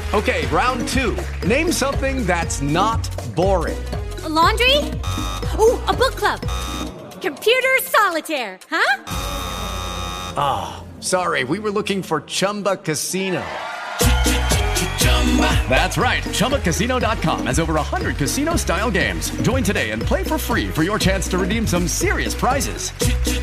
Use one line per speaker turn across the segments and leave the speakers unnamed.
Okay, round two. Name something that's not boring.
A laundry? Ooh, a book club. Computer solitaire, huh?
Ah, sorry, we were looking for Chumba Casino. That's right, ChumbaCasino.com has over 100 casino-style games. Join today and play for free for your chance to redeem some serious prizes.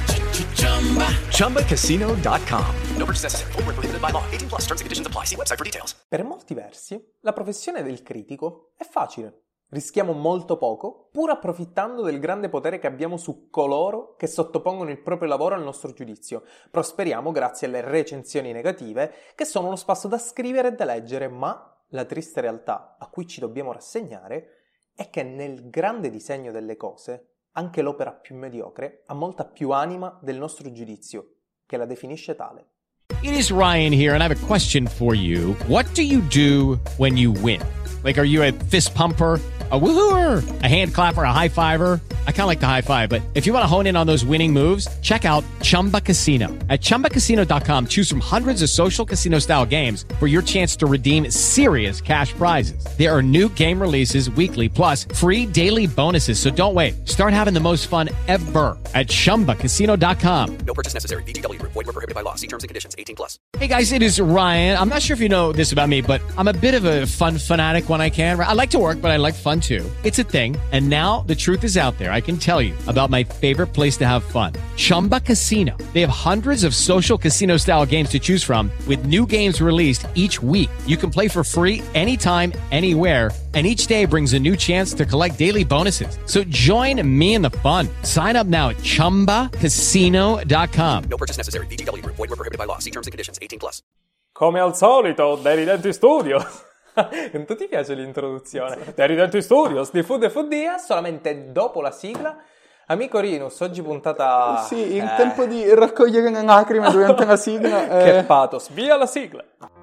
ChumbaCasino.com. No purchase necessary. Void where prohibited by law. 18 plus. Terms and conditions apply. See website for details.
Per molti versi, la professione del critico è facile. Rischiamo molto poco, pur approfittando del grande potere che abbiamo su coloro che sottopongono il proprio lavoro al nostro giudizio. Prosperiamo grazie alle recensioni negative, che sono uno spasso da scrivere e da leggere, ma la triste realtà a cui ci dobbiamo rassegnare è che nel grande disegno delle cose, anche l'opera più mediocre ha molta più anima del nostro giudizio, che la definisce tale.
It is Ryan here, and I have a question for you. What do you do when you win? Like, are you a fist pumper, a woohooer, a hand clapper, a high fiver? I kind of like the high five, but if you want to hone in on those winning moves, check out Chumba Casino. At ChumbaCasino.com, choose from hundreds of social casino-style games for your chance to redeem serious cash prizes. There are new game releases weekly, plus free daily bonuses, so don't wait. Start having the most fun ever at ChumbaCasino.com.
No purchase necessary. VGW Group. Void where prohibited by law. See terms and conditions. 18 plus.
Hey guys, it is Ryan. I'm not sure if you know this about me, but I'm a bit of a fun fanatic when I can. I like to work, but I like fun too. It's a thing. And now the truth is out there. I can tell you about my favorite place to have fun. Chumba Casino. They have hundreds of social casino style games to choose from with new games released each week. You can play for free anytime, anywhere. And each day brings a new chance to collect daily bonuses. So join me in the fun. Sign up now at ChumbaCasino.com.
No purchase necessary. VGW Group. Void where prohibited by law. See terms and conditions. 18 plus.
Come al solito, Dai Ridenti Studios. Non ti piace l'introduzione? Dai Ridenti Studios di Food e Foodia, solamente dopo la sigla. Amico Rinus, oggi puntata...
Sì, in tempo di raccogliere le lacrime durante la sigla.
Che pathos, via la sigla!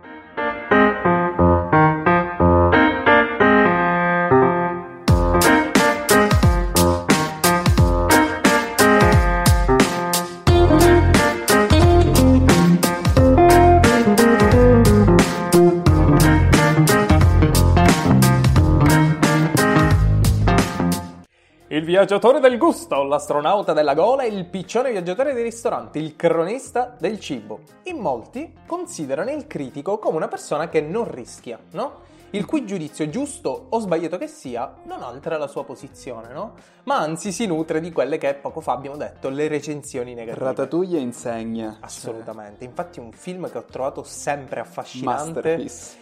Il viaggiatore del gusto, l'astronauta della gola e il piccione viaggiatore dei ristoranti, il cronista del cibo. In molti considerano il critico come una persona che non rischia, no? Il cui giudizio, giusto o sbagliato che sia, non altera la sua posizione, no? Ma anzi si nutre di quelle che poco fa abbiamo detto, le recensioni negative.
Ratatouille insegna.
Assolutamente. Infatti un film che ho trovato sempre affascinante.
Masterpiece.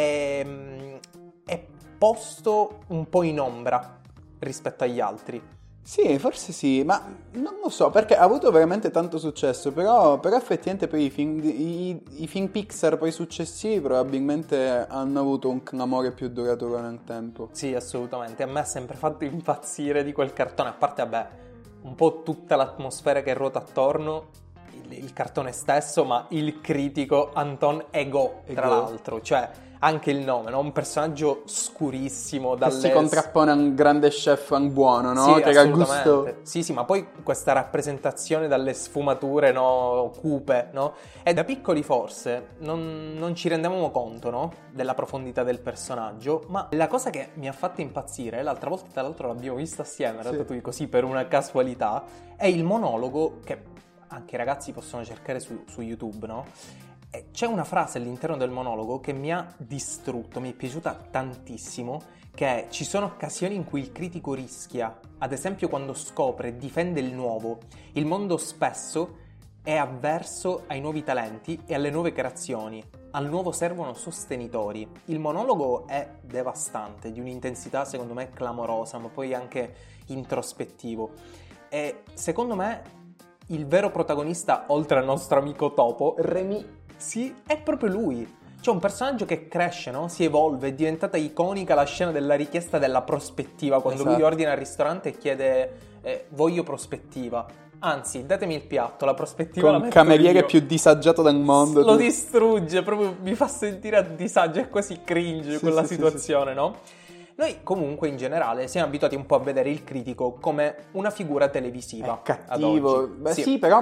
È posto un po' in ombra rispetto agli altri.
Sì, forse sì, ma non lo so, perché ha avuto veramente tanto successo, però effettivamente poi i film Pixar poi successivi probabilmente hanno avuto un clamore più duraturo nel tempo.
Sì, assolutamente, a me ha sempre fatto impazzire di quel cartone, a parte, vabbè, un po' tutta l'atmosfera che ruota attorno, il cartone stesso, ma il critico Anton Ego, tra l'altro, cioè... Anche il nome, no? Un personaggio scurissimo
che si contrappone a un grande chef, a un buono, no?
Sì,
che ha gusto.
Sì, ma poi questa rappresentazione dalle sfumature, no? Cupe, no? E da piccoli forse non ci rendevamo conto, no? Della profondità del personaggio, ma la cosa che mi ha fatto impazzire, l'altra volta tra l'altro l'abbiamo vista assieme, Ratatouille, così per una casualità, è il monologo che anche i ragazzi possono cercare su YouTube, no? C'è una frase all'interno del monologo che mi ha distrutto, mi è piaciuta tantissimo, che è: ci sono occasioni in cui il critico rischia, ad esempio quando scopre e difende il nuovo. Il mondo spesso è avverso ai nuovi talenti e alle nuove creazioni. Al nuovo servono sostenitori. Il monologo è devastante, di un'intensità secondo me clamorosa, ma poi anche introspettivo. E secondo me il vero protagonista, oltre al nostro amico Topo, Remy, sì, è proprio lui. C'è un personaggio che cresce, no? Si evolve, è diventata iconica la scena della richiesta della prospettiva, quando lui ordina al ristorante e chiede voglio prospettiva. Anzi, datemi il piatto, la prospettiva la metto
cameriere
io.
più disagiato del mondo.
Lo distrugge, proprio mi fa sentire a disagio, è quasi cringe quella situazione, no? Noi comunque in generale siamo abituati un po' a vedere il critico come una figura televisiva.
È cattivo.
Ad oggi.
Sì, però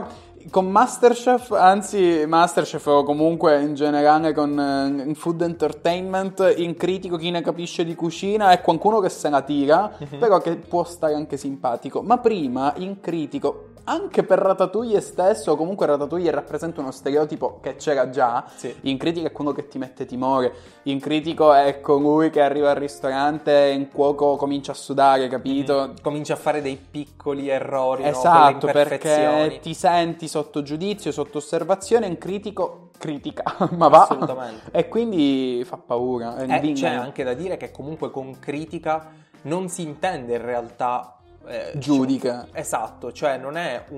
con Masterchef, anzi Masterchef o comunque in generale con Food Entertainment, in critico chi ne capisce di cucina è qualcuno che se la tira, però che può stare anche simpatico. Ma prima in critico, anche per Ratatouille stesso, comunque Ratatouille rappresenta uno stereotipo che c'era già,
sì.
In critico è quello che ti mette timore, in critico è colui che arriva al ristorante e in cuoco comincia a sudare, capito?
Comincia a fare dei piccoli errori,
esatto,
no?
perché ti senti sotto giudizio, sotto osservazione, in critico critica, ma va,
assolutamente.
E quindi fa paura.
C'è anche da dire che comunque con critica non si intende in realtà
giudica.
Esatto, cioè non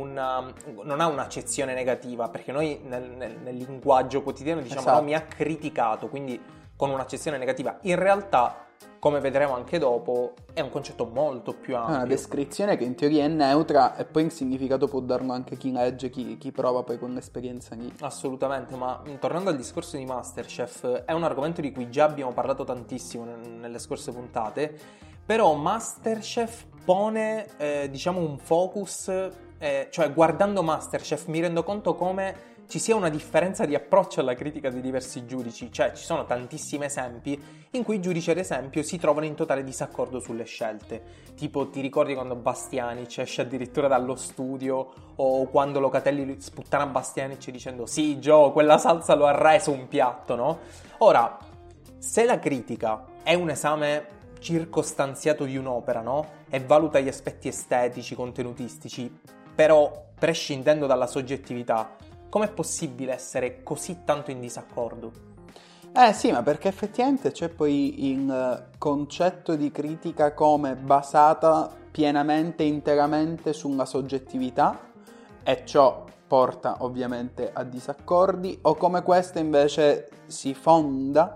ha un'accezione negativa, perché noi nel linguaggio quotidiano diciamo
esatto.
No, mi ha criticato, quindi con un'accezione negativa. In realtà, come vedremo anche dopo, è un concetto molto più ampio.
È una descrizione che in teoria è neutra e poi il significato può darlo anche chi legge, chi prova poi con l'esperienza lì.
Assolutamente, ma tornando al discorso di Masterchef, è un argomento di cui già abbiamo parlato tantissimo nelle scorse puntate, però Masterchef pone, diciamo, un focus, cioè guardando Masterchef mi rendo conto come ci sia una differenza di approccio alla critica dei diversi giudici, cioè ci sono tantissimi esempi in cui i giudici ad esempio si trovano in totale disaccordo sulle scelte, tipo ti ricordi quando Bastianic esce addirittura dallo studio o quando Locatelli sputtana Bastianic dicendo sì Gio, quella salsa lo ha reso un piatto, no? Ora, se la critica è un esame circostanziato di un'opera, no? E valuta gli aspetti estetici, contenutistici, però prescindendo dalla soggettività, com'è possibile essere così tanto in disaccordo?
Sì, ma perché effettivamente c'è poi il concetto di critica come basata pienamente, interamente sulla soggettività, e ciò porta ovviamente a disaccordi, o come questa invece si fonda,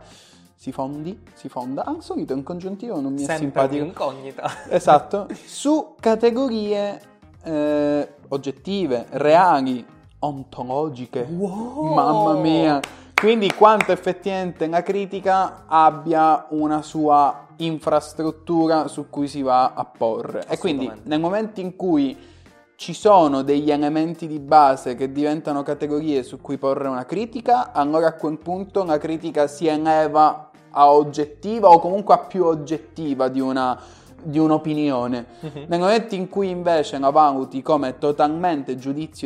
al solito in congiuntivo non mi è simpatico.
Un'incognita.
Esatto, su categorie oggettive, reali, ontologiche.
Wow.
Mamma mia. Quindi quanto effettivamente la critica abbia una sua infrastruttura su cui si va a porre. E quindi nel momento in cui ci sono degli elementi di base che diventano categorie su cui porre una critica, allora a quel punto la critica si eleva a oggettiva o comunque a più oggettiva di un'opinione. Nel momento in cui invece la valuti come totalmente giudizio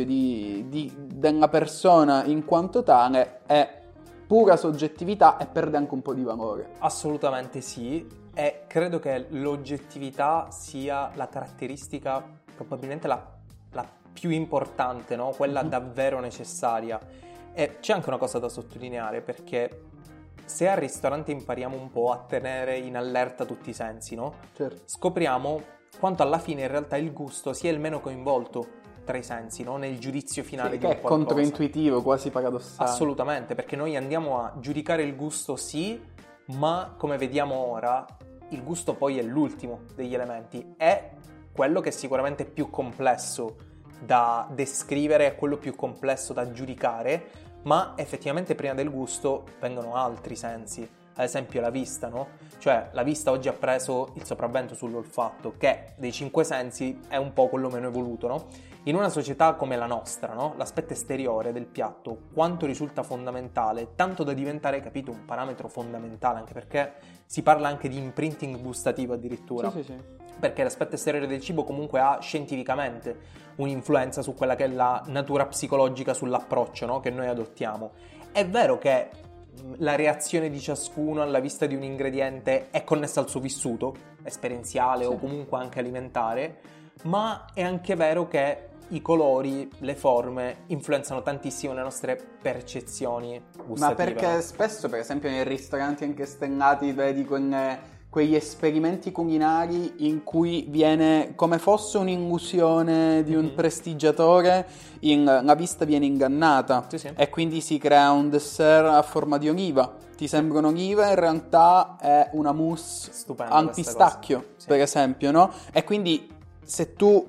della persona in quanto tale, è pura soggettività e perde anche un po' di valore.
Assolutamente sì, e credo che l'oggettività sia la caratteristica probabilmente la più importante, no? Quella davvero necessaria. E c'è anche una cosa da sottolineare, perché se al ristorante impariamo un po' a tenere in allerta tutti i sensi, no?
Certo.
Scopriamo quanto alla fine in realtà il gusto sia il meno coinvolto tra i sensi, no? Nel giudizio finale di un
che è
qualcosa.
controintuitivo, quasi paradossale.
Assolutamente, perché noi andiamo a giudicare il gusto sì, ma come vediamo ora, il gusto poi è l'ultimo degli elementi, è quello che è sicuramente più complesso da descrivere, è quello più complesso da giudicare, ma effettivamente prima del gusto vengono altri sensi, ad esempio la vista, no? Cioè la vista oggi ha preso il sopravvento sull'olfatto, che dei 5 sensi è un po' quello meno evoluto, no? In una società come la nostra, no? L'aspetto esteriore del piatto, quanto risulta fondamentale, tanto da diventare, capito, un parametro fondamentale, anche perché si parla anche di imprinting gustativo addirittura.
Sì.
Perché l'aspetto esteriore del cibo comunque ha scientificamente un'influenza su quella che è la natura psicologica, sull'approccio, no? Che noi adottiamo. È vero che la reazione di ciascuno alla vista di un ingrediente è connessa al suo vissuto esperienziale o comunque anche alimentare, ma è anche vero che i colori, le forme influenzano tantissimo le nostre percezioni gustative.
Ma perché spesso, per esempio, nei ristoranti anche stellati vedi quegli esperimenti culinari in cui viene, come fosse un'illusione di un prestigiatore, la vista viene ingannata.
Sì.
E quindi si crea un dessert a forma di oliva. Ti sembra un'oliva, in realtà è una mousse al pistacchio, per esempio, no? E quindi se tu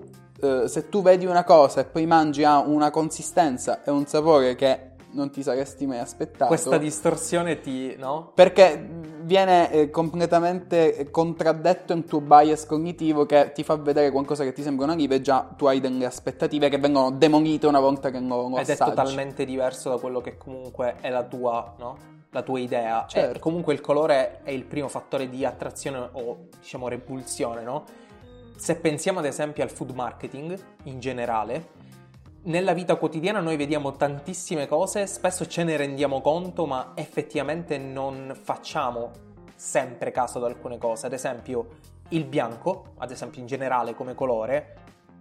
vedi una cosa e poi mangi, ha una consistenza e un sapore che non ti saresti mai aspettato.
Questa distorsione no?
Perché viene completamente contraddetto un tuo bias cognitivo che ti fa vedere qualcosa che ti sembra una riva e già tu hai delle aspettative che vengono demolite una volta che lo
Ed
assaggi.
è totalmente diverso da quello che comunque è la tua, no? La tua idea.
Certo.
E comunque il colore è il primo fattore di attrazione o, diciamo, repulsione, no? Se pensiamo ad esempio al food marketing in generale, nella vita quotidiana noi vediamo tantissime cose, spesso ce ne rendiamo conto, ma effettivamente non facciamo sempre caso ad alcune cose. Ad esempio, il bianco, ad esempio in generale come colore,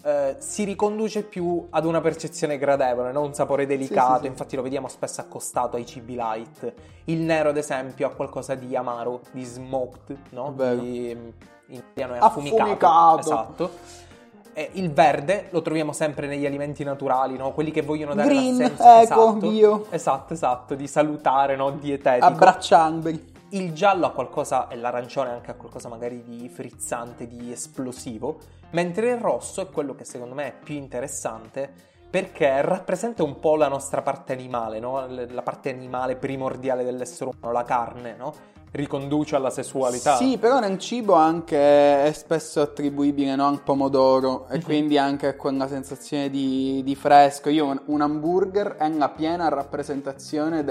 si riconduce più ad una percezione gradevole, no? Un sapore delicato,
Sì.
infatti lo vediamo spesso accostato ai cibi light. Il nero, ad esempio, ha qualcosa di amaro, di smoked, no?
Vero.
In italiano è
Affumicato.
Esatto. Il verde lo troviamo sempre negli alimenti naturali, no? Quelli che vogliono dare
Green,
l'assenza,
eco, bio.
esatto, di salutare, no? Dietetico.
Abbracciambri.
Il giallo ha qualcosa, e l'arancione anche ha qualcosa magari di frizzante, di esplosivo, mentre il rosso è quello che secondo me è più interessante perché rappresenta un po' la nostra parte animale, no? La parte animale primordiale dell'essere umano, la carne, no? Riconduce alla sessualità.
Sì, però nel cibo anche è spesso attribuibile, no, al pomodoro e quindi anche a quella sensazione di fresco. Io un hamburger è la piena rappresentazione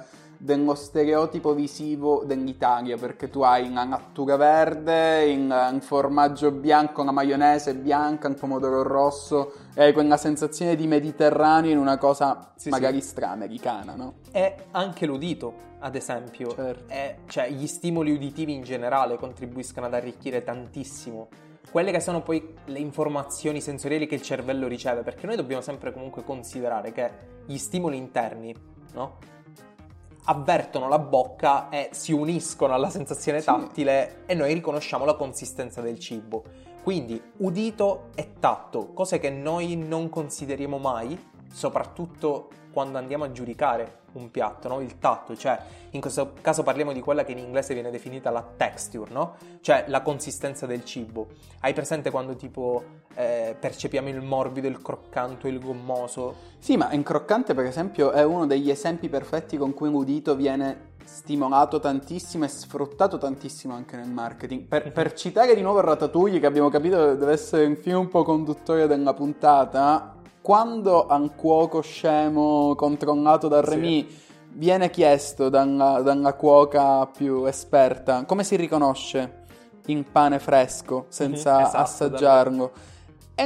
dello stereotipo visivo dell'Italia, perché tu hai la nattura verde, il formaggio bianco, la maionese bianca, il pomodoro rosso, e hai quella sensazione di mediterraneo in una cosa magari stra-americana, no?
E anche l'udito, ad esempio,
Certo.
cioè gli stimoli uditivi in generale contribuiscono ad arricchire tantissimo quelle che sono poi le informazioni sensoriali che il cervello riceve, perché noi dobbiamo sempre comunque considerare che gli stimoli interni, no? Avvertono la bocca e si uniscono alla sensazione tattile e noi riconosciamo la consistenza del cibo. Quindi udito e tatto, cose che noi non consideriamo mai, soprattutto quando andiamo a giudicare un piatto, no? Il tatto, cioè in questo caso parliamo di quella che in inglese viene definita la texture, no? Cioè la consistenza del cibo. Hai presente quando tipo percepiamo il morbido, il croccante, il gommoso?
Sì, ma in croccante per esempio è uno degli esempi perfetti con cui l'udito viene stimolato tantissimo e sfruttato tantissimo anche nel marketing. Per citare di nuovo Ratatouille, che abbiamo capito deve essere il filo un po' conduttore della puntata, quando a un cuoco scemo controllato da Remy viene chiesto dalla cuoca più esperta come si riconosce in pane fresco senza
esatto,
assaggiarlo, e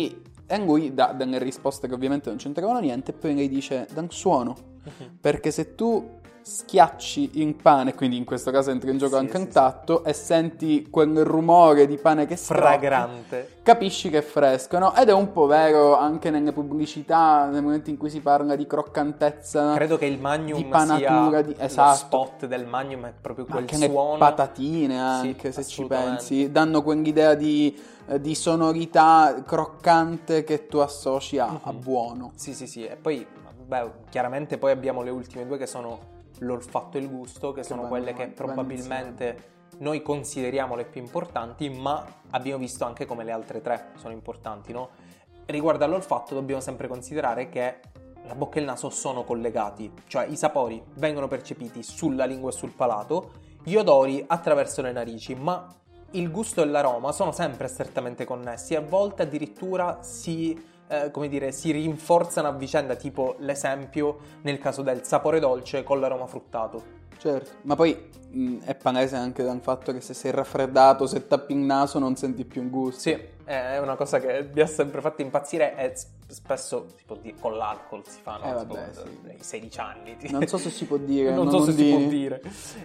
lui dà delle risposte che ovviamente non c'entravano niente, e poi lei dice dal suono, perché se tu schiacci il pane, quindi in questo caso entra in gioco anche il tatto, e senti quel rumore di pane che
fragrante,
capisci che è fresco, no? Ed è un po' vero anche nelle pubblicità, nel momento in cui si parla di croccantezza,
credo che il Magnum
di panatura,
sia
esatto.
lo spot del Magnum è proprio quel
anche
suono.
le patatine anche, se ci
assolutamente.
pensi, danno quell'idea di sonorità croccante che tu associ a buono.
Sì, e poi chiaramente poi abbiamo le ultime due che sono l'olfatto e il gusto, che sono quelle che probabilmente noi consideriamo le più importanti, ma abbiamo visto anche come le altre tre sono importanti, no? Riguardo all'olfatto dobbiamo sempre considerare che la bocca e il naso sono collegati, cioè i sapori vengono percepiti sulla lingua e sul palato, gli odori attraverso le narici, ma il gusto e l'aroma sono sempre strettamente connessi e a volte addirittura si rinforzano a vicenda, tipo l'esempio nel caso del sapore dolce con l'aroma fruttato.
Certo, ma poi è palese anche dal fatto che se sei raffreddato, se tappi il naso non senti più il gusto.
Sì, è una cosa che mi ha sempre fatto impazzire e spesso si può dire con l'alcol si fa, no? Ai 16 anni.
Non so se si può dire.
non so se si può dire.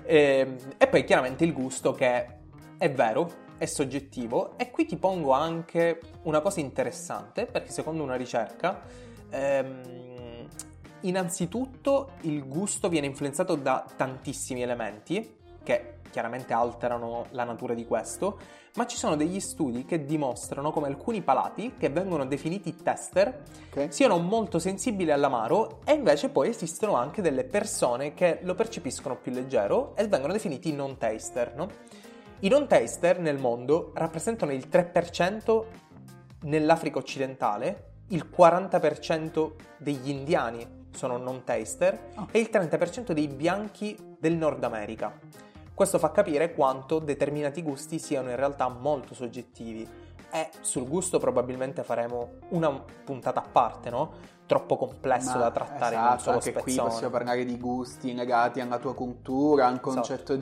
E poi chiaramente il gusto, che è vero, è soggettivo, e qui ti pongo anche una cosa interessante, perché secondo una ricerca innanzitutto il gusto viene influenzato da tantissimi elementi che chiaramente alterano la natura di questo, ma ci sono degli studi che dimostrano come alcuni palati, che vengono definiti tester, siano molto sensibili all'amaro, e invece poi esistono anche delle persone che lo percepiscono più leggero e vengono definiti non taster, no? I non taster nel mondo rappresentano il 3% nell'Africa occidentale, il 40% degli indiani sono non taster e il 30% dei bianchi del Nord America. Questo fa capire quanto determinati gusti siano in realtà molto soggettivi. E sul gusto probabilmente faremo una puntata a parte, no? Troppo complesso da trattare in un
esatto,
solo
che qui
spezzone.
possiamo parlare di gusti legati alla tua cultura, a un concetto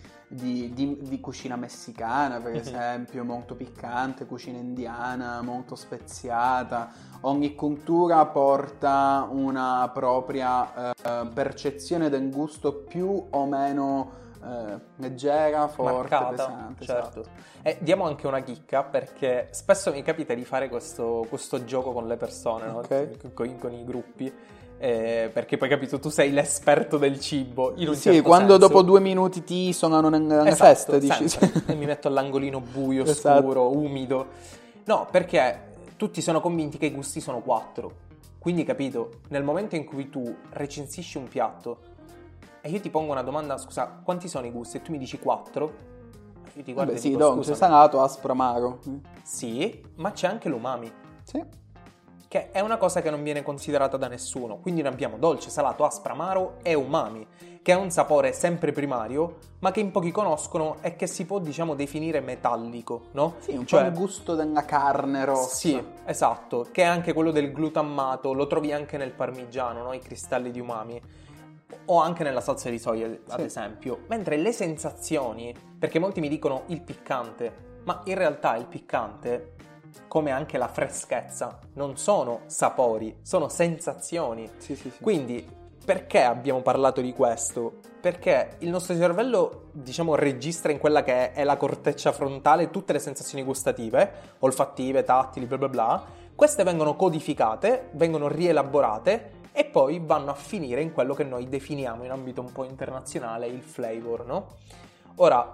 di cucina messicana, per esempio, molto piccante, cucina indiana, molto speziata. Ogni cultura porta una propria percezione del gusto più o meno leggera, forte,
marcata,
pesante.
certo.
Esatto.
E diamo anche una chicca, perché spesso mi capita di fare questo gioco con le persone, no?
Ok.
Con i gruppi, perché poi capito, tu sei l'esperto del cibo, in un
Sì,
certo
quando
senso.
dopo 2 minuti ti isolano nelle
Esatto,
feste, dici.
sempre. E mi metto all'angolino buio,
Esatto.
scuro, umido. No, perché tutti sono convinti che i gusti sono 4. Quindi, capito, nel momento in cui tu recensisci un piatto e io ti pongo una domanda, scusa, quanti sono i gusti? E tu mi dici 4? Io ti guardo
Vabbè,
e
sì,
dico,
dolce,
scusami.
salato, aspro, amaro.
Sì, ma c'è anche l'umami,
Sì.
che è una cosa che non viene considerata da nessuno. Quindi noi abbiamo dolce, salato, aspro, amaro e umami, che è un sapore sempre primario, ma che in pochi conoscono e che si può, diciamo, definire metallico, no?
Sì, un
Cioè,
po' il gusto della carne rossa.
sì, esatto, che è anche quello del glutammato, lo trovi anche nel parmigiano, no? I cristalli di umami, o anche nella salsa di soia, ad
Sì.
esempio. Mentre le sensazioni, perché molti mi dicono il piccante, ma in realtà il piccante, come anche la freschezza, non sono sapori, sono sensazioni.
Sì.
Quindi, perché abbiamo parlato di questo? Perché il nostro cervello, diciamo, registra in quella che è la corteccia frontale tutte le sensazioni gustative, olfattive, tattili, bla bla bla. Queste vengono codificate, vengono rielaborate e poi vanno a finire in quello che noi definiamo in ambito un po' internazionale il flavor, no? Ora,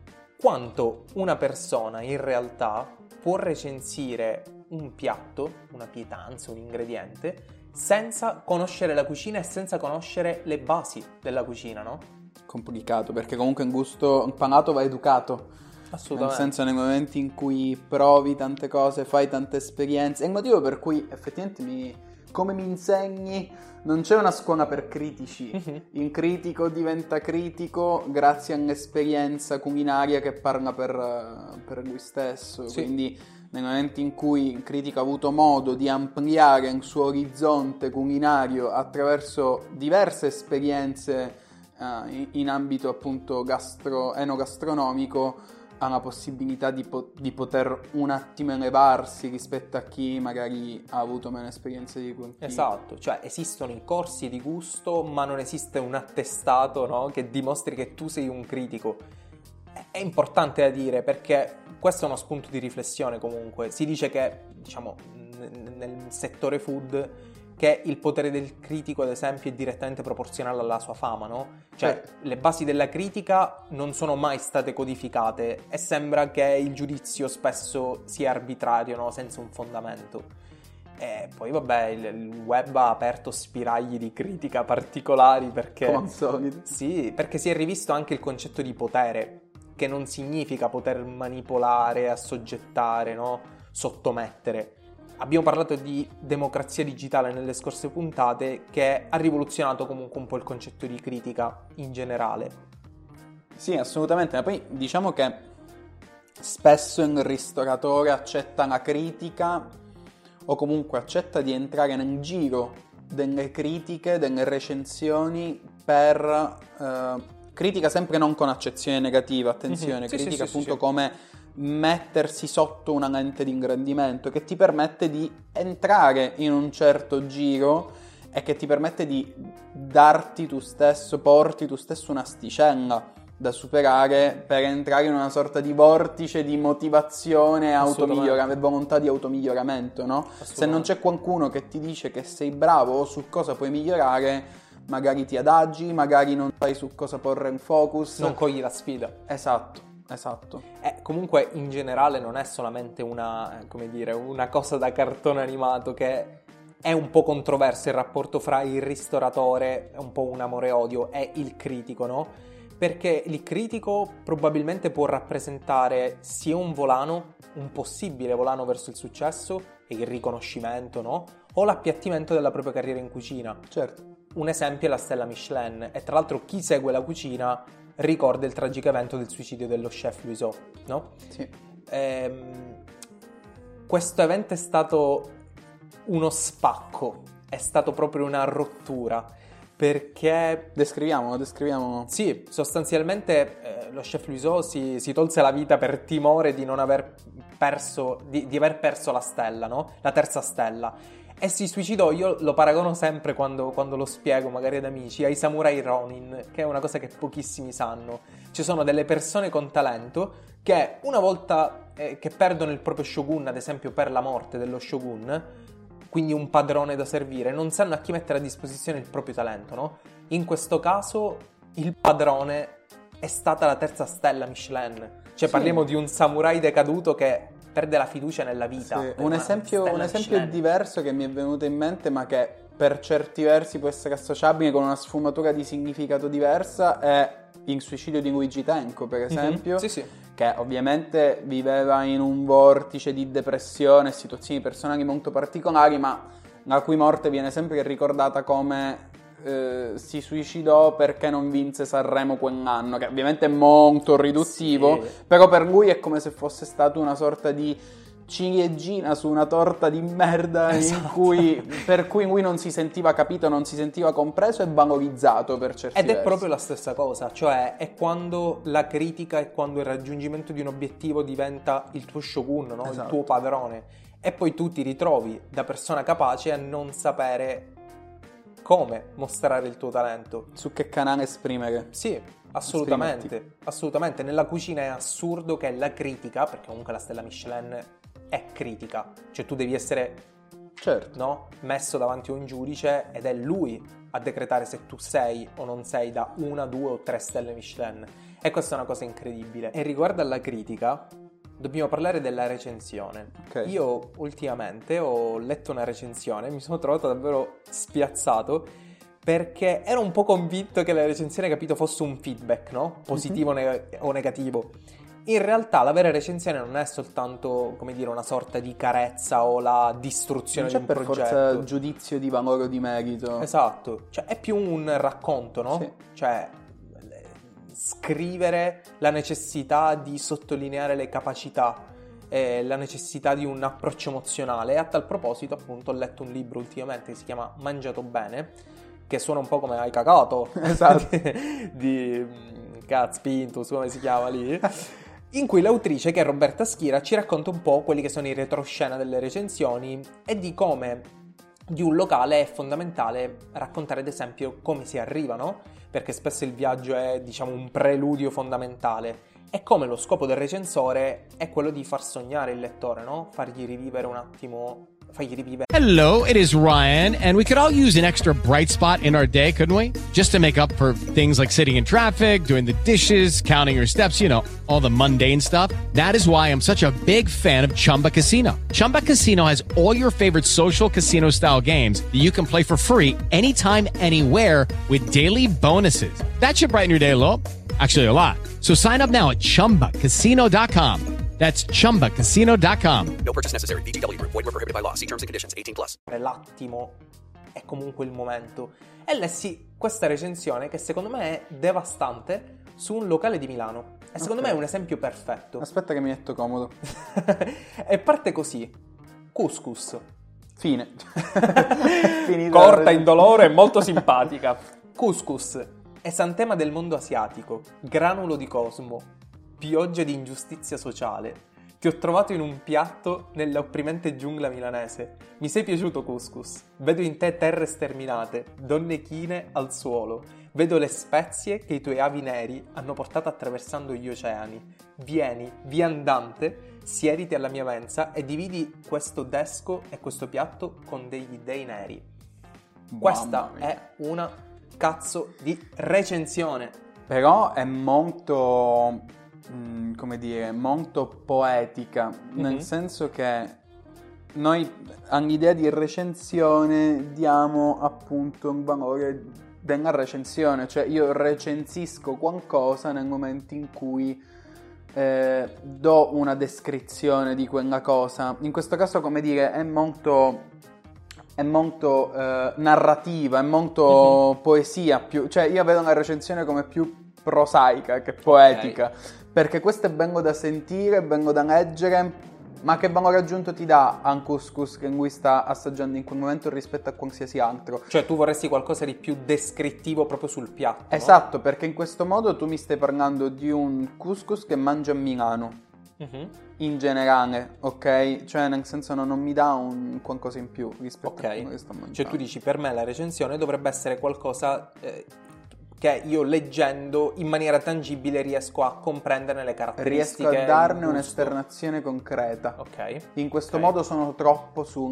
quanto una persona in realtà può recensire un piatto, una pietanza, un ingrediente, senza conoscere la cucina e senza conoscere le basi della cucina, no?
Complicato, perché comunque un palato va educato. Nel
Assolutamente.
senso, nei momenti in cui provi tante cose, fai tante esperienze. È il motivo per cui effettivamente come mi insegni, non c'è una scuola per critici. Il critico diventa critico grazie all'esperienza culinaria che parla per lui stesso.
Sì.
Quindi nel momento in cui il critico ha avuto modo di ampliare il suo orizzonte culinario attraverso diverse esperienze in ambito appunto enogastronomico, ha la possibilità di poter un attimo elevarsi rispetto a chi magari ha avuto meno esperienze di cultura.
Esatto, cioè esistono i corsi di gusto, ma non esiste un attestato, no, che dimostri che tu sei un critico. È importante da dire, perché questo è uno spunto di riflessione comunque. Si dice che, diciamo, nel settore food, che il potere del critico, ad esempio, è direttamente proporzionale alla sua fama, no? Cioè, le basi della critica non sono mai state codificate e sembra che il giudizio spesso sia arbitrario, no? Senza un fondamento. E poi, vabbè, il web ha aperto spiragli di critica particolari perché...
Come al solito.
Sì, perché si è rivisto anche il concetto di potere, che non significa poter manipolare, assoggettare, no? Sottomettere. Abbiamo parlato di democrazia digitale nelle scorse puntate, che ha rivoluzionato comunque un po' il concetto di critica in generale.
Sì, assolutamente, ma poi diciamo che spesso il ristoratore accetta la critica o comunque accetta di entrare nel giro delle critiche, delle recensioni per critica sempre non con accezione negativa, attenzione,
Sì,
critica
sì,
appunto
sì.
come mettersi sotto una lente di ingrandimento che ti permette di entrare in un certo giro e che ti permette di darti tu stesso, porti tu stesso un'asticella da superare per entrare in una sorta di vortice di motivazione,
Assolutamente.
volontà di automiglioramento, no? Se non c'è qualcuno che ti dice che sei bravo o su cosa puoi migliorare, magari ti adagi, magari non sai su cosa porre un focus.
Non cogli la sfida.
Esatto.
Comunque in generale non è solamente una, come dire, una cosa da cartone animato, che è un po' controverso il rapporto fra il ristoratore, è un po' un amore e odio, e il critico, no? Perché il critico probabilmente può rappresentare sia un volano, un possibile volano verso il successo e il riconoscimento, no? O l'appiattimento della propria carriera in cucina.
Certo.
Un esempio è la stella Michelin, e tra l'altro chi segue la cucina ricorda il tragico evento del suicidio dello chef Louiseau, no?
Sì.
Questo evento è stato uno spacco, è stato proprio una rottura, perché...
Descriviamolo.
Sì, sostanzialmente lo chef Louiseau si tolse la vita per timore di non aver perso, di aver perso la stella, no? La terza stella. E si suicidò. Io lo paragono sempre quando lo spiego, magari ad amici, ai samurai Ronin, che è una cosa che pochissimi sanno. Ci sono delle persone con talento che una volta che perdono il proprio shogun, ad esempio per la morte dello shogun, quindi un padrone da servire, non sanno a chi mettere a disposizione il proprio talento, no? In questo caso il padrone è stata la terza stella Michelin. Cioè
Sì.
parliamo di un samurai decaduto che perde la fiducia nella vita.
Sì,
per
un
una
esempio
stella Michelin.
diverso che mi è venuto in mente, ma che per certi versi può essere associabile con una sfumatura di significato diversa, è il suicidio di Luigi Tenco, per esempio,
Sì, sì.
che ovviamente viveva in un vortice di depressione e situazioni personali molto particolari, ma la cui morte viene sempre ricordata come si suicidò perché non vinse Sanremo quell'anno, che ovviamente è molto riduttivo,
Sì.
però per lui è come se fosse stato una sorta di ciliegina su una torta di merda per cui lui non si sentiva capito, non si sentiva compreso e valorizzato per certi
Ed è
versi.
proprio la stessa cosa, cioè è quando la critica e quando il raggiungimento di un obiettivo diventa il tuo shogun, no? Il
Esatto.
tuo padrone, e poi tu ti ritrovi da persona capace a non sapere come mostrare il tuo talento.
Su che canale esprimere.
Sì, assolutamente. Nella cucina è assurdo che la critica, perché comunque la stella Michelin è critica, cioè tu devi essere,
Certo.
no, messo davanti a un giudice ed è lui a decretare se tu sei o non sei da 1, 2 o 3 stelle Michelin. E questa è una cosa incredibile. E riguardo alla critica, dobbiamo parlare della recensione.
Ok.
Io ultimamente ho letto una recensione e mi sono trovato davvero spiazzato, perché ero un po' convinto che la recensione, capito, fosse un feedback, no? Positivo o negativo. In realtà la vera recensione non è soltanto, come dire, una sorta di carezza o la distruzione
Non
di
c'è
un
per
progetto.
forza giudizio di valore o di merito.
Esatto, cioè è più un racconto, no?
Sì.
Cioè scrivere la necessità di sottolineare le capacità, la necessità di un approccio emozionale. E a tal proposito, appunto, ho letto un libro ultimamente che si chiama Mangiato Bene, che suona un po' come Hai cagato,
Esatto.
di Caz Pintus, come si chiama lì, in cui l'autrice, che è Roberta Schira, ci racconta un po' quelli che sono i retroscena delle recensioni e di come di un locale è fondamentale raccontare, ad esempio, come si arriva, no? Perché spesso il viaggio è, diciamo, un preludio fondamentale, e come lo scopo del recensore è quello di far sognare il lettore, no? Fargli rivivere un attimo, fargli rivivere.
Hello, it is Ryan, and we could all use an extra bright spot in our day, couldn't we? Just to make up for things like sitting in traffic, doing the dishes, counting your steps, you know, all the mundane stuff. That is why I'm such a big fan of Chumba Casino. Chumba Casino has all your favorite social casino-style games that you can play for free anytime, anywhere with daily bonuses. That should brighten your day a little. Actually, a lot. So sign up now at ChumbaCasino.com. That's ChumbaCasino.com.
No purchase necessary. VGW Group. Void where prohibited by law. See terms and conditions. 18+.
L'attimo è comunque il momento. E lessi questa recensione che secondo me è devastante su un locale di Milano. E secondo
Ok.
me è un esempio perfetto.
Aspetta che mi metto comodo.
E parte così. Couscous.
Fine. Finita
Corta,
la-
indolore e molto simpatica. Couscous. Esantema del mondo asiatico. Granulo di cosmo. Pioggia di ingiustizia sociale. Ti ho trovato in un piatto nella opprimente giungla milanese. Mi sei piaciuto, couscous. Vedo in te terre sterminate, donne chine al suolo. Vedo le spezie che i tuoi avi neri hanno portato attraversando gli oceani. Vieni, viandante, siediti alla mia mensa e dividi questo desco e questo piatto con degli dei neri. Questa
mia.
è una cazzo di recensione.
Però è molto, come dire, molto poetica, nel senso che noi all'idea di recensione diamo appunto un valore della recensione, cioè io recensisco qualcosa nel momento in cui do una descrizione di quella cosa. In questo caso, come dire, è molto narrativa, è molto poesia, più, cioè io vedo la recensione come più prosaica che poetica, perché questo è bello da sentire, bello da leggere, ma che valore aggiunto ti dà a un couscous che lui sta assaggiando in quel momento rispetto a qualsiasi altro?
Cioè tu vorresti qualcosa di più descrittivo proprio sul piatto, no?
Esatto, perché in questo modo tu mi stai parlando di un couscous che mangia a Milano, in generale, ok? Cioè nel senso non mi dà un qualcosa in più rispetto a quello che sto mangiando.
Cioè tu dici, per me la recensione dovrebbe essere qualcosa che io leggendo in maniera tangibile riesco a comprendere le caratteristiche.
Riesco a darne
il gusto.
un'esternazione concreta.
Ok.
In questo modo sono troppo su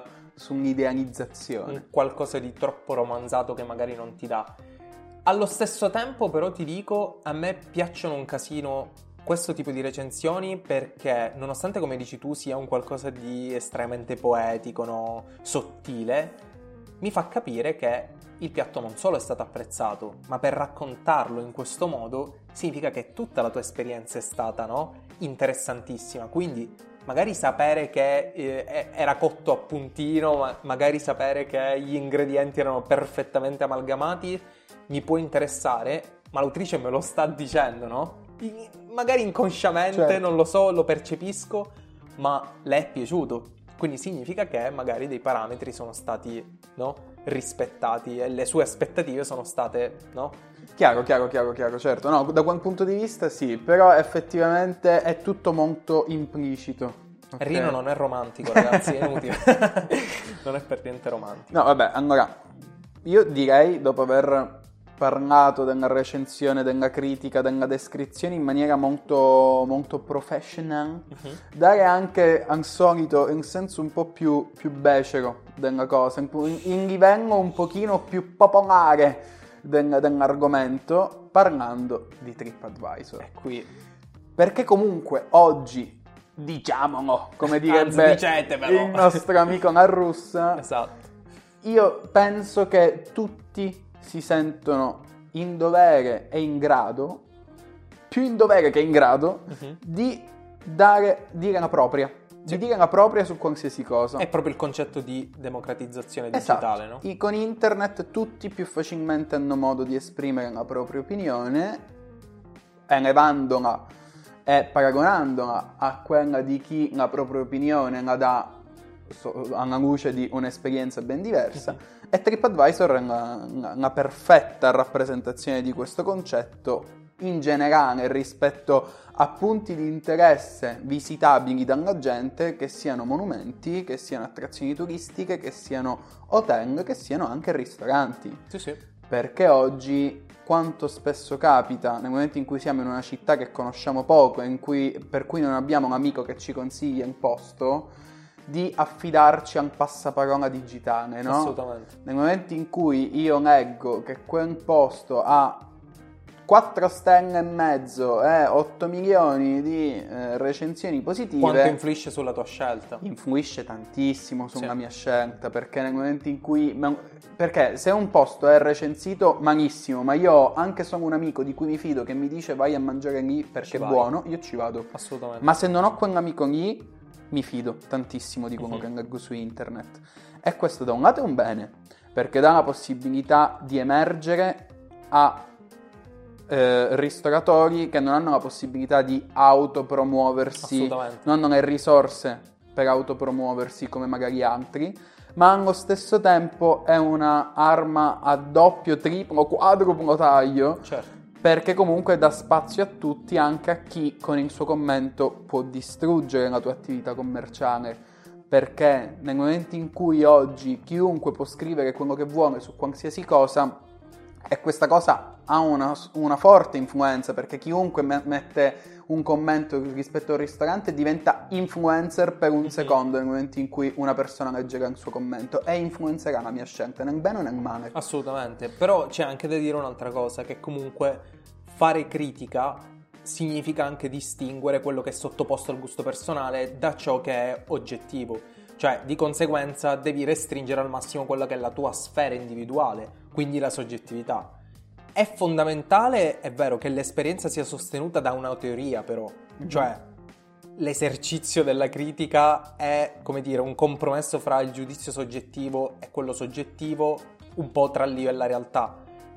un'idealizzazione.
Un qualcosa di troppo romanzato che magari non ti dà. Allo stesso tempo però ti dico, a me piacciono un casino questo tipo di recensioni perché nonostante, come dici tu, sia un qualcosa di estremamente poetico, no? Sottile, mi fa capire che il piatto non solo è stato apprezzato, ma per raccontarlo in questo modo significa che tutta la tua esperienza è stata, no? Interessantissima. Quindi magari sapere che era cotto a puntino, magari sapere che gli ingredienti erano perfettamente amalgamati, mi può interessare, ma l'autrice me lo sta dicendo, no? Magari inconsciamente,
certo.
Non lo so, lo percepisco, ma le è piaciuto. Quindi significa che magari dei parametri sono stati, no, rispettati e le sue aspettative sono state, no?
Chiaro, certo. No, da quel punto di vista sì, però effettivamente è tutto molto implicito. Okay?
Rino non è romantico, ragazzi, è inutile. Non è per niente romantico.
No, vabbè, allora, io direi, dopo aver parlato della recensione, della critica, della descrizione in maniera molto, molto professional, dare anche al solito un senso un po' più becero della cosa, in livello un pochino più popolare dell'argomento, parlando di TripAdvisor.
È qui.
Perché comunque oggi, diciamolo, come direbbe il nostro amico La Russa,
Esatto.
io penso che tutti si sentono in dovere e in grado, più in dovere che in grado, di dire la propria. Di dire la propria su qualsiasi cosa.
È proprio il concetto di democratizzazione digitale,
esatto.
no?
Con internet tutti più facilmente hanno modo di esprimere la propria opinione, elevandola e paragonandola a quella di chi la propria opinione la dà alla luce di un'esperienza ben diversa, e TripAdvisor è la perfetta rappresentazione di questo concetto in generale rispetto a punti di interesse visitabili dalla gente, che siano monumenti, che siano attrazioni turistiche, che siano hotel, che siano anche ristoranti.
Sì.
Perché oggi quanto spesso capita, nel momento in cui siamo in una città che conosciamo poco e per cui non abbiamo un amico che ci consiglia il posto, di affidarci a un passaparola digitale, no?
Assolutamente.
Nel momento in cui io leggo che quel posto ha 4 stelle e mezzo e 8 milioni di recensioni positive,
quanto influisce sulla tua scelta?
Influisce tantissimo sulla mia scelta, perché nel momento in cui... Perché se un posto è recensito malissimo, ma io ho anche solo un amico di cui mi fido che mi dice vai a mangiare lì perché è buono, io ci vado.
Assolutamente.
Ma se non ho quell'amico lì, mi fido tantissimo di quello che leggo su internet. E questo da un lato è un bene, perché dà la possibilità di emergere a ristoratori che non hanno la possibilità di autopromuoversi, non hanno le risorse per autopromuoversi come magari altri, ma allo stesso tempo è una arma a doppio, triplo, quadruplo taglio,
certo.
Perché comunque dà spazio a tutti, anche a chi con il suo commento può distruggere la tua attività commerciale, perché nel momento in cui oggi chiunque può scrivere quello che vuole su qualsiasi cosa, e questa cosa ha una forte influenza, perché chiunque mette un commento rispetto al ristorante diventa influencer per un secondo nel momento in cui una persona leggerà il suo commento, e influenzerà la mia scelta, nel bene o nel male.
Assolutamente, però c'è anche da dire un'altra cosa, che comunque fare critica significa anche distinguere quello che è sottoposto al gusto personale da ciò che è oggettivo. Cioè, di conseguenza, devi restringere al massimo quella che è la tua sfera individuale, quindi la soggettività. È fondamentale, è vero, che l'esperienza sia sostenuta da una teoria, però. Cioè, l'esercizio della critica è, come dire, un compromesso fra il giudizio soggettivo e quello soggettivo, un po' tra l'io e la realtà.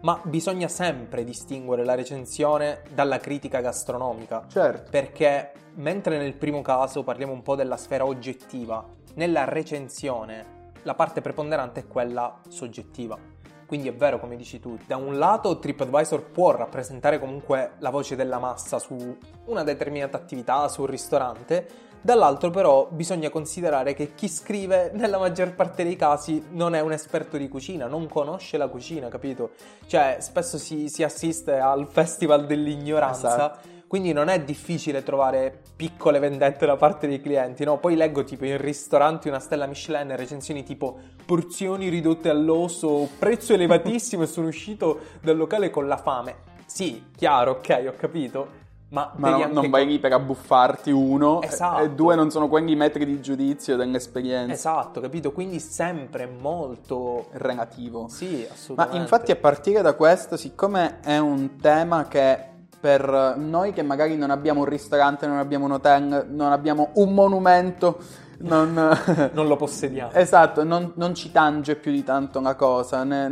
ma bisogna sempre distinguere la recensione dalla critica gastronomica.
Certo.
Perché mentre nel primo caso parliamo un po' della sfera oggettiva, nella recensione la parte preponderante è quella soggettiva. Quindi è vero, come dici tu, da un lato TripAdvisor può rappresentare comunque la voce della massa su una determinata attività, su un ristorante, dall'altro però bisogna considerare che chi scrive nella maggior parte dei casi non è un esperto di cucina, non conosce la cucina, capito? Cioè spesso si assiste al festival dell'ignoranza.
Esatto.
Quindi non è difficile trovare piccole vendette da parte dei clienti, no? Poi leggo tipo in ristoranti una stella Michelin, recensioni tipo porzioni ridotte all'osso, prezzo elevatissimo e sono uscito dal locale con la fame. Sì, chiaro, ok, ho capito, ma devi anche
non vai lì per abbuffarti, uno,
Esatto.
e due, non sono quelli i metri di giudizio dell'esperienza.
Esatto, capito? Quindi sempre molto
Relativo.
Sì,
Ma
assolutamente.
infatti a partire da questo, siccome è un tema che per noi che magari non abbiamo un ristorante, non abbiamo un hotel, non abbiamo un monumento, non
lo possediamo.
Esatto, non ci tange più di tanto una cosa, ne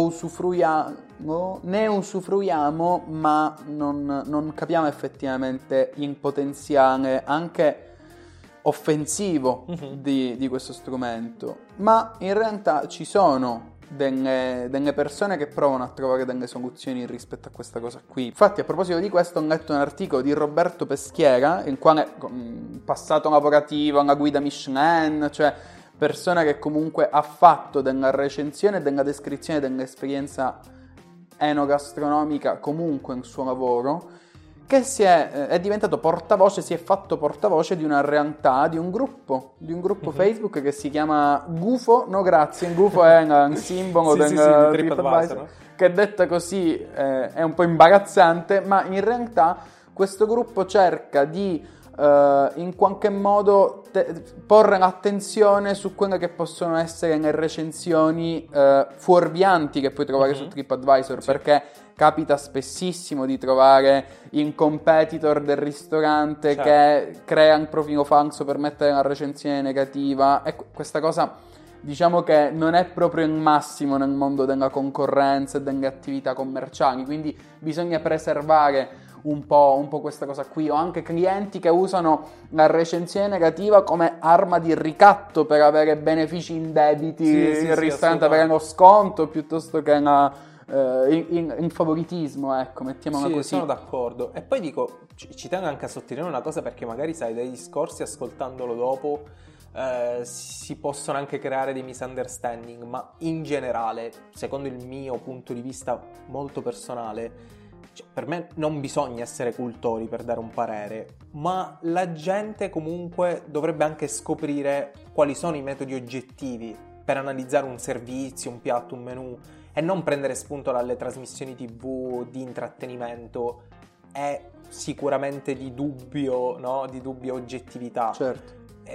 usufruiamo, ma non capiamo effettivamente il potenziale anche offensivo di questo strumento. Ma in realtà ci sono delle persone che provano a trovare delle soluzioni rispetto a questa cosa qui. Infatti, a proposito di questo, ho letto un articolo di Roberto Peschiera, il quale passato lavorativo alla guida Michelin, cioè persona che comunque ha fatto della recensione e della descrizione dell'esperienza enogastronomica comunque il suo lavoro, che è diventato portavoce, si è fatto portavoce di una realtà, di un gruppo Facebook che si chiama Gufo, no grazie, il Gufo è un simbolo
Sì,
del
sì,
TripAdvisor,
no?
che detta così è un po' imbarazzante, ma in realtà questo gruppo cerca di in qualche modo porre l'attenzione su quelle che possono essere le recensioni fuorvianti che puoi trovare su TripAdvisor, perché capita spessissimo di trovare in competitor del ristorante che crea un profilo falso per mettere la recensione negativa, e questa cosa diciamo che non è proprio il massimo nel mondo della concorrenza e delle attività commerciali, quindi bisogna preservare un po' questa cosa qui. Ho anche clienti che usano la recensione negativa come arma di ricatto per avere benefici indebiti il ristorante, avere lo sconto piuttosto che il favoritismo, ecco, mettiamola così.
Sono d'accordo. E poi dico, ci tengo anche a sottolineare una cosa, perché magari sai, dai discorsi ascoltandolo dopo si possono anche creare dei misunderstanding, ma in generale, secondo il mio punto di vista molto personale, per me non bisogna essere cultori per dare un parere, ma la gente comunque dovrebbe anche scoprire quali sono i metodi oggettivi per analizzare un servizio, un piatto, un menù, e non prendere spunto dalle trasmissioni TV di intrattenimento è sicuramente di dubbio, no? Di dubbia oggettività.
Certo.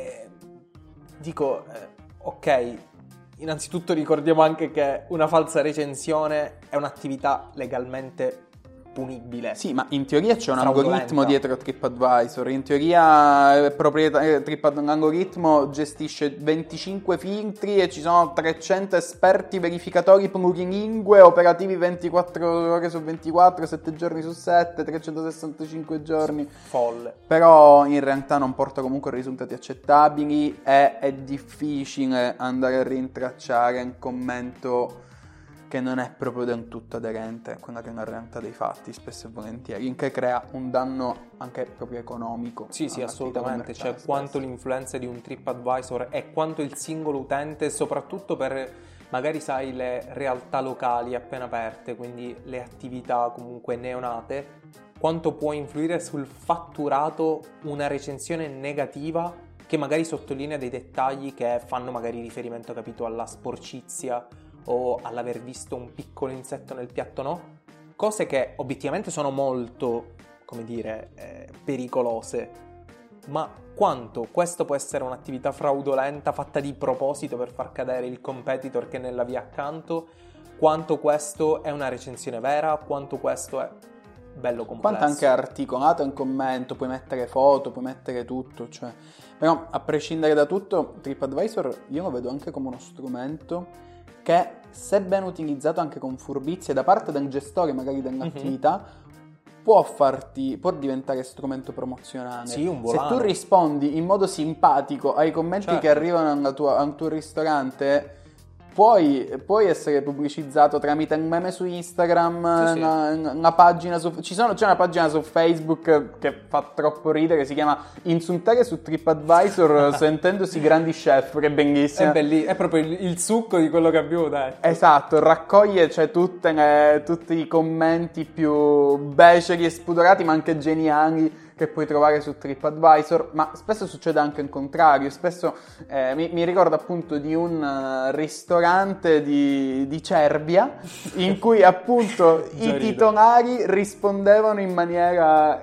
Ok, innanzitutto ricordiamo anche che una falsa recensione è un'attività legalmente punibile.
Sì, ma in teoria c'è un
fraudolenta.
algoritmo dietro TripAdvisor. In teoria l'algoritmo gestisce 25 filtri e ci sono 300 esperti verificatori plurilingue operativi 24 ore su 24, 7 giorni su 7, 365 giorni.
Folle.
Però in realtà non porta comunque risultati accettabili e è difficile andare a rintracciare un commento che non è proprio del tutto aderente a quella che è una realtà dei fatti, spesso e volentieri, in che crea un danno anche proprio economico.
Sì, assolutamente. Cioè, quanto l'influenza di un TripAdvisor e quanto il singolo utente, soprattutto per magari sai le realtà locali appena aperte, quindi le attività comunque neonate, quanto può influire sul fatturato una recensione negativa che magari sottolinea dei dettagli che fanno magari riferimento, capito, alla sporcizia o all'aver visto un piccolo insetto nel piatto, no? Cose che obiettivamente sono molto, come dire, pericolose. Ma quanto questo può essere un'attività fraudolenta fatta di proposito per far cadere il competitor che è nella via accanto? Quanto questo è una recensione vera? Quanto questo è bello complesso?
Quanto anche articolato in commento, puoi mettere foto, puoi mettere tutto, cioè. Però a prescindere da tutto, TripAdvisor io lo vedo anche come uno strumento che se ben utilizzato anche con furbizia da parte del gestore magari dell'attività, può diventare strumento promozionale.
Sì, un
Se
volano.
tu rispondi in modo simpatico ai commenti
Certo.
che arrivano al tuo ristorante, puoi essere pubblicizzato tramite un meme su Instagram,
Sì, sì.
una pagina c'è una pagina su Facebook che fa troppo ridere, si chiama Insultare su TripAdvisor sentendosi grandi chef, che è bellissima.
È proprio il succo di quello che abbiamo detto.
Esatto, raccoglie tutti i commenti più beceri e spudorati, ma anche geniali, che puoi trovare su TripAdvisor, ma spesso succede anche il contrario. Spesso mi ricordo appunto di un ristorante di Cervia in cui appunto i titolari rispondevano in maniera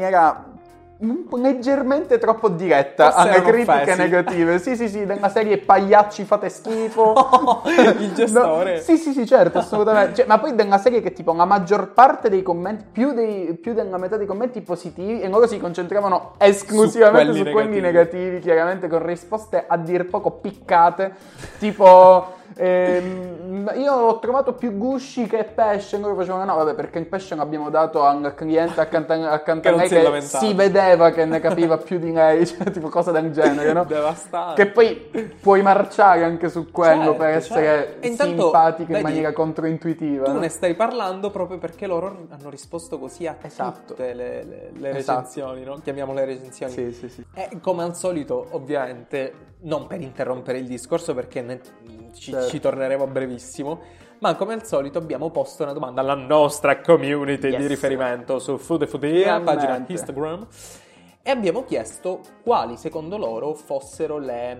leggermente troppo diretta
Forse
alle
erano
critiche
offesi.
negative. Sì, della serie pagliacci fate schifo.
Il gestore.
No, sì, certo, assolutamente. Cioè, ma poi della serie che tipo la maggior parte dei commenti, più della metà dei commenti positivi, e loro si concentravano esclusivamente su quelli negativi, chiaramente con risposte a dir poco piccate, tipo io ho trovato più gusci che pesce. Loro facevano no, vabbè, perché il pesce l'abbiamo dato al cliente accanto a lei che si vedeva che ne capiva più di lei, cioè tipo cosa del genere, no?
Devastante.
Che poi puoi marciare anche su quello,
Certo,
per essere
certo. E intanto,
simpatico in
vedi,
maniera controintuitiva.
Tu
no?
ne stai parlando proprio perché loro hanno risposto così a
Esatto.
tutte le
Esatto.
recensioni, no? Chiamiamole recensioni.
Sì.
E come al solito, ovviamente, non per interrompere il discorso perché
Certo.
ci torneremo a brevissimo, ma come al solito abbiamo posto una domanda alla nostra community di riferimento su Food e Foodie, pagina
Finalmente.
Instagram, e abbiamo chiesto quali secondo loro fossero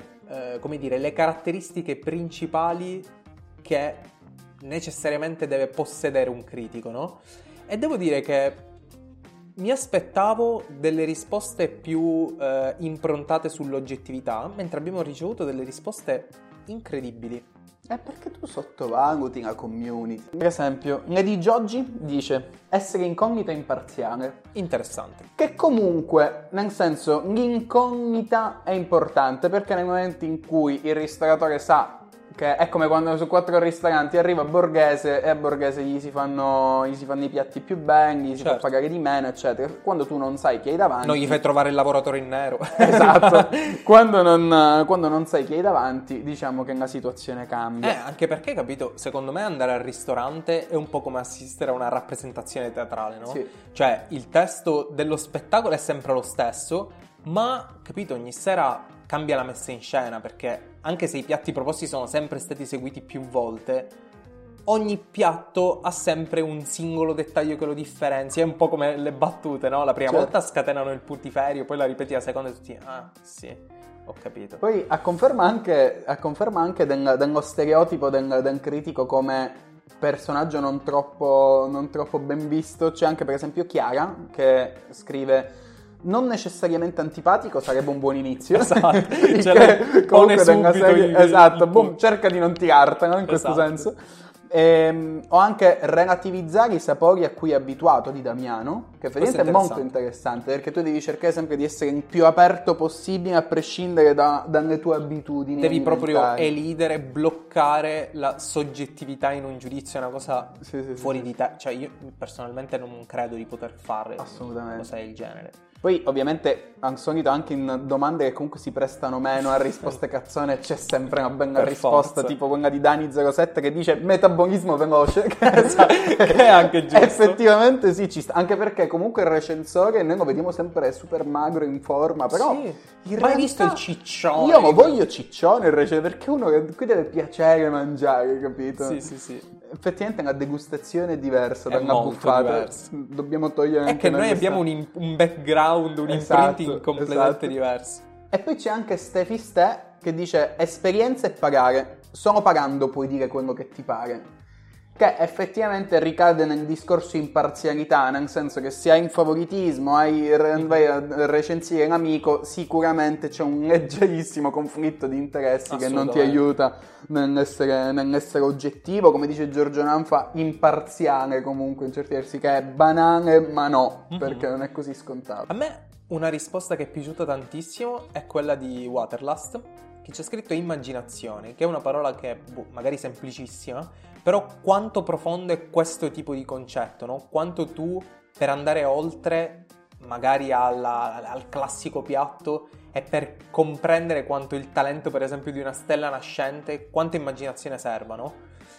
le caratteristiche principali che necessariamente deve possedere un critico, no? E devo dire che mi aspettavo delle risposte più improntate sull'oggettività, mentre abbiamo ricevuto delle risposte incredibili.
È perché tu sottovaluti la community. Per esempio, Lady Gioggi dice essere incognita e imparziale.
Interessante.
Che comunque, nel senso, l'incognita è importante, perché nel momento in cui il ristoratore sa che è come quando su 4 ristoranti arriva Borghese e a Borghese gli si fanno i piatti più belli, gli si fa
Certo.
pagare di meno, eccetera. Quando tu non sai chi hai davanti,
Non gli fai trovare il lavoratore in nero.
esatto, quando non sai chi hai davanti, diciamo che la situazione cambia.
Anche perché, capito, secondo me andare al ristorante è un po' come assistere a una rappresentazione teatrale, no?
Sì.
Cioè, il testo dello spettacolo è sempre lo stesso, ma, capito, ogni sera cambia la messa in scena, perché anche se i piatti proposti sono sempre stati eseguiti più volte, ogni piatto ha sempre un singolo dettaglio che lo differenzia. È un po' come le battute, no? La prima
Certo.
volta scatenano il putiferio, poi la ripeti la seconda e tutti, ah, sì, ho capito.
Poi a conferma anche dello stereotipo del critico come personaggio non troppo ben visto. C'è anche per esempio Chiara che scrive: non necessariamente antipatico sarebbe un buon inizio.
Esatto.
Il
Cioè,
che
lei
comunque
pone
della
subito
serie,
il
esatto,
punto.
cerca di non tirartela, no? In questo
Esatto.
senso. O anche relativizzare i sapori a cui è abituato, di Damiano, che effettivamente è molto interessante, perché tu devi cercare sempre di essere il più aperto possibile a prescindere dalle tue abitudini
Devi proprio
alimentari.
elidere, bloccare la soggettività in un giudizio, è una cosa
Sì,
fuori
sì.
di te. Cioè, io personalmente non credo di poter fare
Assolutamente.
una cosa del genere.
Poi ovviamente al solito anche in domande che comunque si prestano meno a risposte cazzone c'è sempre una bella
Per
risposta,
forza.
tipo quella di Dani07 che dice metabolismo veloce.
Che è anche giusto.
Effettivamente sì, ci sta, anche perché comunque il recensore noi lo vediamo sempre super magro, in forma, però
Sì.
in
Mai
realtà
visto il ciccione?
io lo voglio ciccione il recensore, perché uno qui deve piacere mangiare, capito?
Sì.
Effettivamente la degustazione è diversa
È
dalla
molto
buffata.
diversa.
Dobbiamo togliere
È
anche
che noi
questa-
abbiamo un background, un
Esatto,
imprinting completamente
esatto.
diverso.
E poi c'è anche Stefi Ste che dice esperienza e pagare. Solo pagando puoi dire quello che ti pare. Che effettivamente ricade nel discorso imparzialità, nel senso che se hai un favoritismo, vai a recensire l'amico, sicuramente c'è un leggerissimo conflitto di interessi che non ti
Assolutamente.
aiuta nell'essere oggettivo, come dice Giorgio Nanfa, imparziale comunque in certi versi, che è banale ma no, perché non è così scontato.
A me una risposta che è piaciuta tantissimo è quella di Waterlust, che c'è scritto immaginazione, che è una parola che è magari semplicissima, però quanto profondo è questo tipo di concetto, no? Quanto tu, per andare oltre magari al classico piatto e per comprendere quanto il talento, per esempio, di una stella nascente, quanta immaginazione serva, no?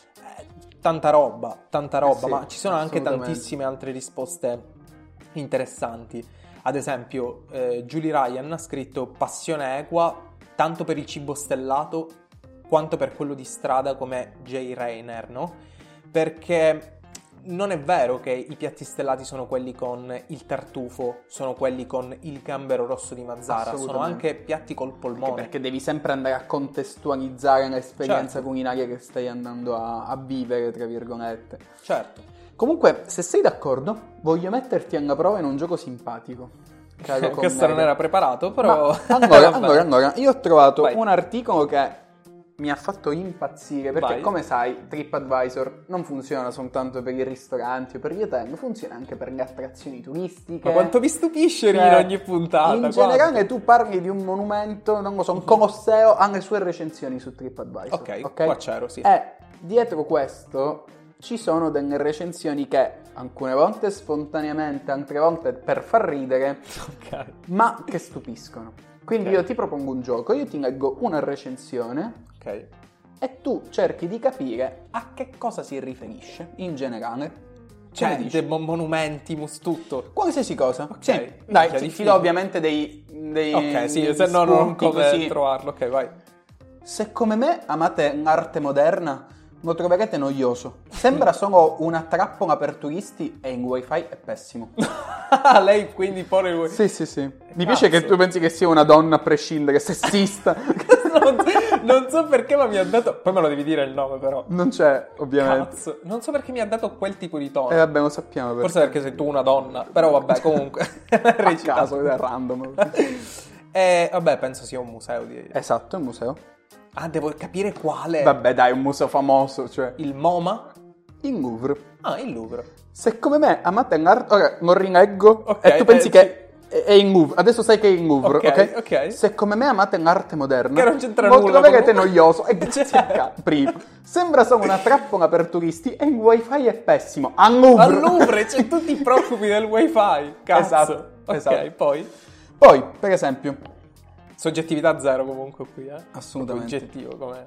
Tanta roba,
sì,
ma ci sono anche
assolutamente.
tantissime altre risposte interessanti. Ad esempio, Julie Ryan ha scritto passione equa tanto per il cibo stellato quanto per quello di strada come Jay Rayner, no? Perché non è vero che i piatti stellati sono quelli con il tartufo, sono quelli con il gambero rosso di Mazara, sono anche piatti col polmone.
Perché devi sempre andare a contestualizzare l'esperienza
Certo.
culinaria che stai andando a vivere, tra virgolette.
Certo.
Comunque, se sei d'accordo, voglio metterti alla prova in un gioco simpatico. Caro
Questo
collega.
non era preparato, però...
Ma
Vabbè.
allora, io ho trovato
Vai.
un articolo che mi ha fatto impazzire, perché
Vai.
come sai, TripAdvisor non funziona soltanto per i ristoranti o per gli hotel, funziona anche per le attrazioni turistiche.
Ma quanto mi stupisce in ogni puntata.
In generale tu parli di un monumento, non lo so, un Colosseo, ha le sue recensioni su TripAdvisor.
Ok, qua c'ero, sì.
E dietro questo ci sono delle recensioni che alcune volte spontaneamente, altre volte per far ridere,
Ok.
ma che stupiscono. Quindi
Ok.
io ti propongo un gioco, io ti leggo una recensione
Ok.
e tu cerchi di capire a che cosa si riferisce in generale. Che ne
Cioè,
dici?
monumenti, tutto.
Qualsiasi cosa.
Ok.
Sì. Dai,
Minchia,
ti
difficile.
do ovviamente dei
Ok, sì,
degli
se no non
spunti
come
così.
trovarlo. Ok, vai.
Se come me amate l'arte moderna, lo troverete noioso. Sembra solo una trappola per turisti e il wifi è pessimo.
Lei quindi pone il...
Sì. Mi piace che tu pensi che sia una donna a prescindere, sessista.
non so perché, ma mi ha dato... Poi me lo devi dire il nome, però.
Non c'è, ovviamente.
Cazzo. Non so perché mi ha dato quel tipo di tono.
Vabbè, lo sappiamo perché.
Forse perché sei tu una donna. Però vabbè, comunque.
A caso, è random.
Vabbè, penso sia un museo di...
Esatto, è un museo.
Ah, devo capire quale.
Vabbè, dai, un museo famoso, cioè
Il MoMA?
il Louvre.
Ah, il Louvre.
Se come me amate l'arte, ora lo rileggo
Ok,
e tu pensi
sì.
che è in Louvre. Adesso sai che è in Louvre,
Ok,
ok?
ok.
Se come me amate l'arte moderna,
Che non c'entra
lo
nulla
troverete
con-
noioso. E grazie a cazzo. Primo. Sembra solo una trappola per turisti e il wifi è pessimo. Al Louvre.
Al Louvre, cioè tu ti preoccupi del wifi. Cazzo.
Esatto,
Ok,
esatto.
poi?
Poi, per esempio,
Soggettività zero comunque qui, eh?
Assolutamente.
Oggettivo, com'è?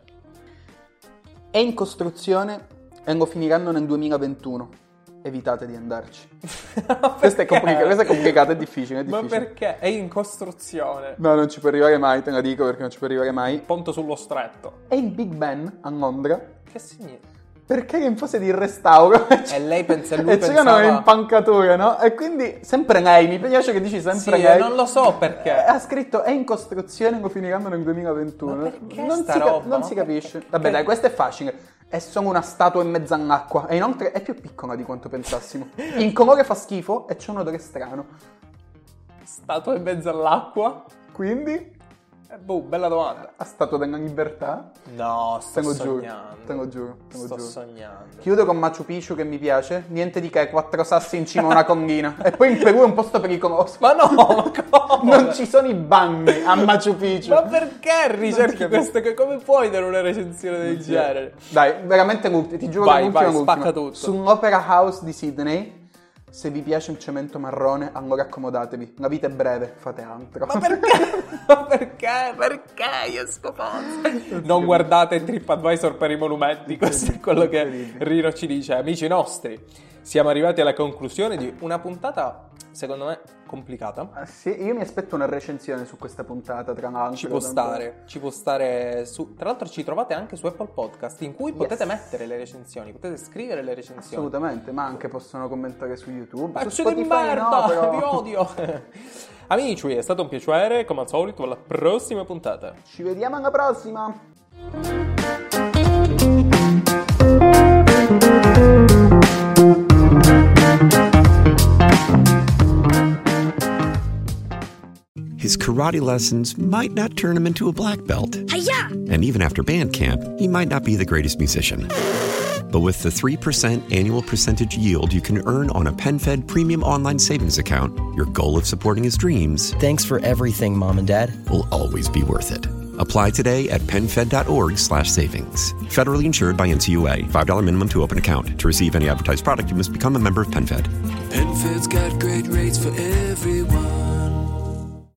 è in costruzione e lo finiranno nel 2021. Evitate di andarci. Questo è complicato, è difficile,
Ma perché? È in costruzione.
No, non ci può arrivare mai, te la dico perché non ci può arrivare mai.
Ponte sullo stretto.
È il Big Ben a Londra
Che significa?
perché è in fase di restauro.
E lei pensa, lui
e c'erano le
pensava...
impalcature, no? E quindi sempre lei, mi piace che dici sempre
Sì,
lei.
non lo so perché.
Ha scritto è in costruzione, lo finiranno nel 2021.
Ma perché
non
sta
si,
roba?
non
Ma
si capisce.
perché?
Vabbè, dai, questo è facile. È solo una statua in mezzo all'acqua. E inoltre è più piccola di quanto pensassimo. In colore fa schifo e c'è un odore strano.
Statua in mezzo all'acqua?
Quindi,
Boh, bella domanda.
a statua della libertà.
No, sto
Te lo giuro.
sognando.
Te lo giuro. Te lo
Sto
giuro.
sognando.
Chiudo con Machu Picchu che mi piace. Niente di che, 4 sassi in cima a una collina. E poi in Perù è un posto pericoloso.
Ma no, ma come?
Non ci sono i bagni a Machu Picchu.
Ma perché ricerchi
capisco.
queste cose? Come puoi dare una recensione del genere?
Dai, veramente l'ultimo, ti giuro
Vai,
che l'ultimo
vai,
è l'ultimo.
spacca tutto.
Sull'Opera House di Sydney, se vi piace il cemento marrone, allora accomodatevi. La vita è breve, fate altro.
Ma perché? Ma perché? Perché io sto pazzo? Non guardate TripAdvisor per i monumenti, questo è quello che Rino ci dice. Amici nostri, siamo arrivati alla conclusione di una puntata, secondo me, complicata.
Ah, sì, io mi aspetto una recensione su questa puntata, tra l'altro.
Ci può stare su... Tra l'altro ci trovate anche su Apple Podcast, in cui potete mettere le recensioni, potete scrivere le recensioni.
Assolutamente, ma anche possono commentare su YouTube. Su
Pezzo di
Spotify
merda,
no, però...
vi odio. Amici, è stato un piacere, come al solito, alla prossima puntata.
Ci vediamo alla prossima.
His karate lessons might not turn him into a black belt.
Hi-ya!
And even after band camp, he might not be the greatest musician. But with the 3% annual percentage yield you can earn on a PenFed premium online savings account, your goal of supporting his dreams
Thanks for everything, Mom and Dad.
will always be worth it. Apply today at PenFed.org/savings. Federally insured by NCUA. $5 minimum to open account. To receive any advertised product, you must become a member of PenFed.
PenFed's got great rates for everyone.